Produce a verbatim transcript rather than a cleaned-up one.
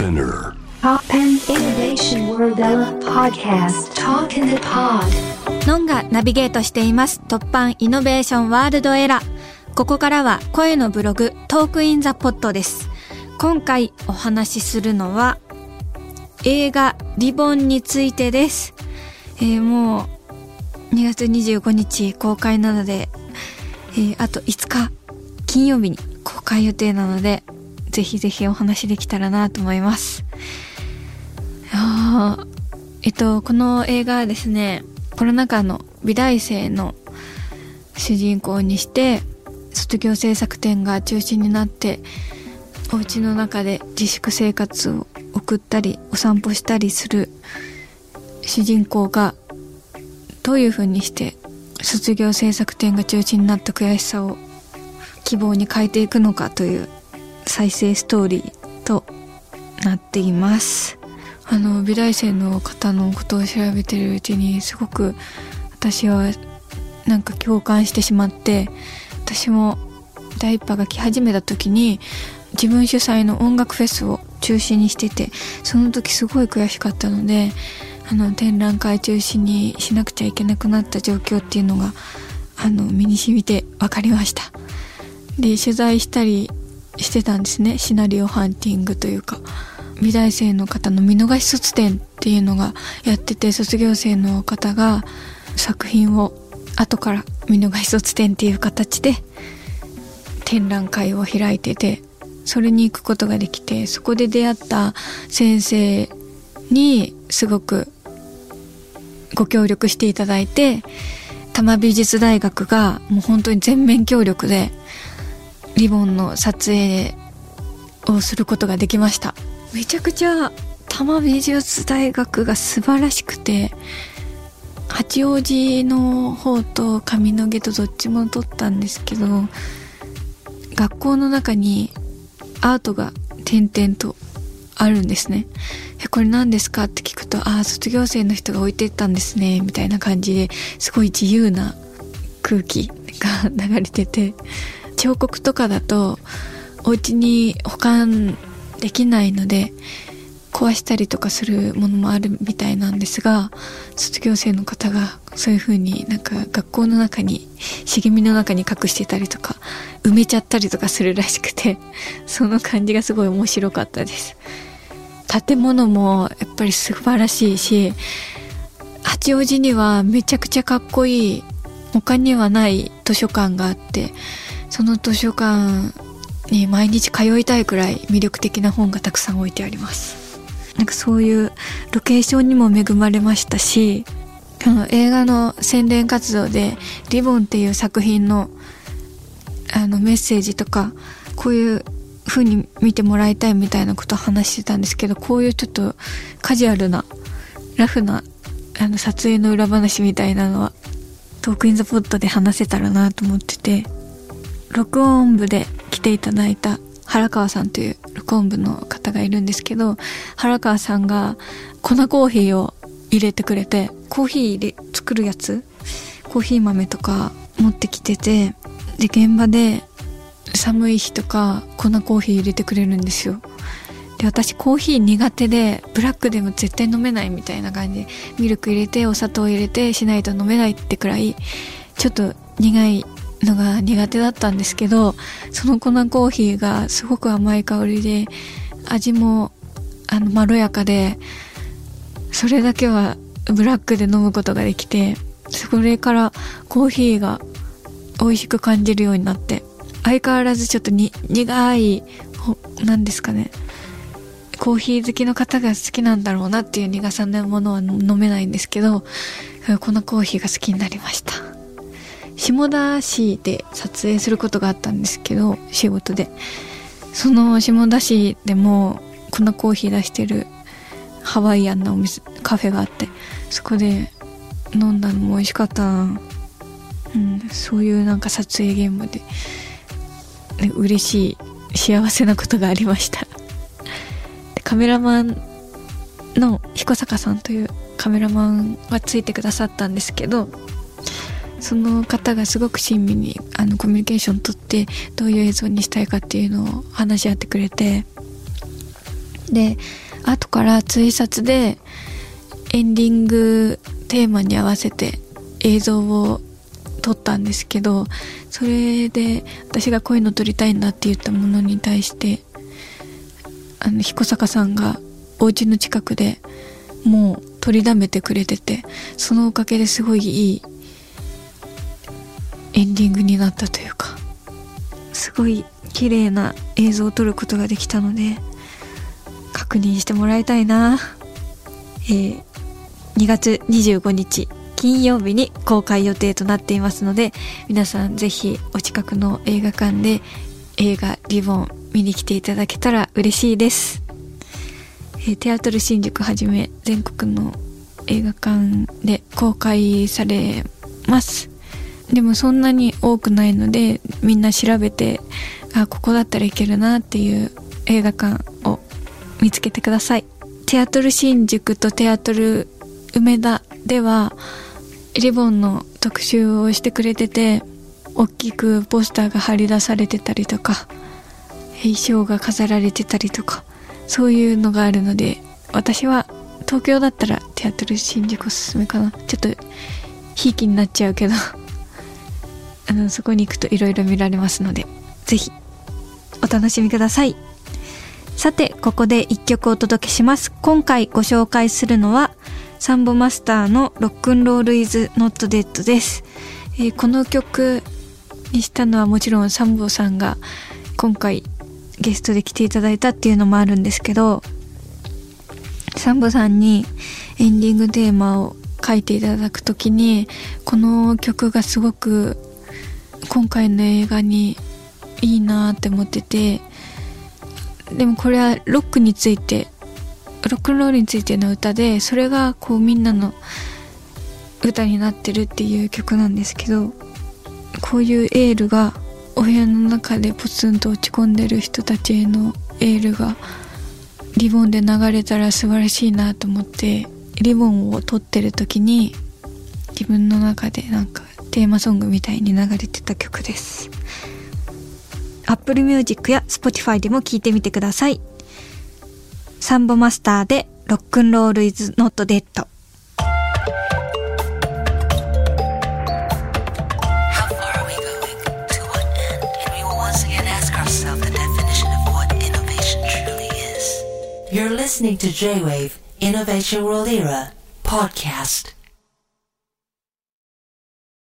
Spinner Poppen Innovation World Ella Podcast Talk in the Pod ノンがナビゲートしています突版イノベーションワールドエラー。ここからは声のブログトークインザポッドです。今回お話しするのは映画リボンについてです。えー、もうにがつにじゅうごにち公開なので、えー、あといつか金曜日に公開予定なのでぜひぜひお話できたらなと思います。あえっとこの映画はですね、コロナ禍の美大生の主人公にして卒業制作展が中止になってお家の中で自粛生活を送ったりお散歩したりする主人公がどういう風にして卒業制作展が中止になった悔しさを希望に変えていくのかという再生ストーリーとなっています。あの美大生の方のことを調べてるうちにすごく私はなんか共感してしまって、私も第一波が来始めた時に自分主催の音楽フェスを中止にしてて、その時すごい悔しかったので、あの展覧会中止にしなくちゃいけなくなった状況っていうのがあの身に染みて分かりました。で取材したりしてたんですね。シナリオハンティングというか美大生の方の見逃し卒展っていうのがやってて、卒業生の方が作品を後から見逃し卒展っていう形で展覧会を開いてて、それに行くことができて、そこで出会った先生にすごくご協力していただいて、多摩美術大学がもう本当に全面協力でリボンの撮影をすることができました。めちゃくちゃ多摩美術大学が素晴らしくて、八王子の方と上野毛とどっちも撮ったんですけど、学校の中にアートが点々とあるんですね。えこれ何ですかって聞くと、ああ卒業生の人が置いてったんですねみたいな感じですごい自由な空気が流れてて、彫刻とかだとお家に保管できないので壊したりとかするものもあるみたいなんですが、卒業生の方がそういう風になんか学校の中に茂みの中に隠してたりとか埋めちゃったりとかするらしくて、その感じがすごい面白かったです。建物もやっぱり素晴らしいし、八王子にはめちゃくちゃかっこいい他にはない図書館があって、その図書館に毎日通いたいくらい魅力的な本がたくさん置いてあります。なんかそういうロケーションにも恵まれましたし、この映画の宣伝活動でリボンっていう作品のあのメッセージとかこういう風に見てもらいたいみたいなことを話してたんですけど、こういうちょっとカジュアルなラフなあの撮影の裏話みたいなのはトークインザポッドで話せたらなと思ってて、録音部で来ていただいた原川さんという録音部の方がいるんですけど、原川さんが粉コーヒーを入れてくれて、コーヒー入れ作るやつコーヒー豆とか持ってきてて、で現場で寒い日とか粉コーヒー入れてくれるんですよ。で私コーヒー苦手でブラックでも絶対飲めないみたいな感じで、ミルク入れてお砂糖入れてしないと飲めないってくらいちょっと苦いのが苦手だったんですけど、その粉コーヒーがすごく甘い香りで味もあのまろやかで、それだけはブラックで飲むことができて、それからコーヒーが美味しく感じるようになって、相変わらずちょっとに苦いなんですかね、コーヒー好きの方が好きなんだろうなっていう苦さのものは飲めないんですけど、このコーヒーが好きになりました。下田市で撮影することがあったんですけど、仕事でその下田市でも粉コーヒー出してるハワイアンなお店カフェがあって、そこで飲んだのも美味しかったな、うん、そういうなんか撮影現場で、ね、嬉しい幸せなことがありました。でカメラマンの彦坂さんというカメラマンがついてくださったんですけど、その方がすごく親身にあのコミュニケーション取ってどういう映像にしたいかっていうのを話し合ってくれて、 で後からツイサツでエンディングテーマに合わせて映像を撮ったんですけど、それで私がこういうの撮りたいんだって言ったものに対してあの彦坂さんがお家の近くでもう撮りだめてくれてて、そのおかげですごいいいエンディングになったというか、すごい綺麗な映像を撮ることができたので確認してもらいたいな。えー、にがつにじゅうごにち金曜日に公開予定となっていますので、皆さんぜひお近くの映画館で映画リボン見に来ていただけたら嬉しいです。えー、テアトル新宿はじめ全国の映画館で公開されます。でもそんなに多くないので、みんな調べて、あ、ここだったら行けるなっていう映画館を見つけてください。テアトル新宿とテアトル梅田ではリボンの特集をしてくれてて、大きくポスターが貼り出されてたりとか、衣装が飾られてたりとか、そういうのがあるので、私は東京だったらテアトル新宿おすすめかな。ちょっとひいきになっちゃうけどあのそこに行くといろいろ見られますので、ぜひお楽しみください。さて、ここで一曲お届けします。今回ご紹介するのはサンボマスターのロックンロールイズノットデッドです。えー、この曲にしたのはもちろんサンボさんが今回ゲストで来ていただいたっていうのもあるんですけど、サンボさんにエンディングテーマを書いていただくときに、この曲がすごく今回の映画にいいなって思ってて、でもこれはロックについて、ロックンロールについての歌で、それがこうみんなの歌になってるっていう曲なんですけど、こういうエールがお部屋の中でポツンと落ち込んでる人たちへのエールがリボンで流れたら素晴らしいなと思って、リボンを撮ってる時に自分の中でなんかテーマソングみたいに流れてた曲です。 Apple Music や Spotify でも聴いてみてください。サンボマスターでロックンロールイズノットデッド。 You're listening to J-Wave Innovation World Era Podcast.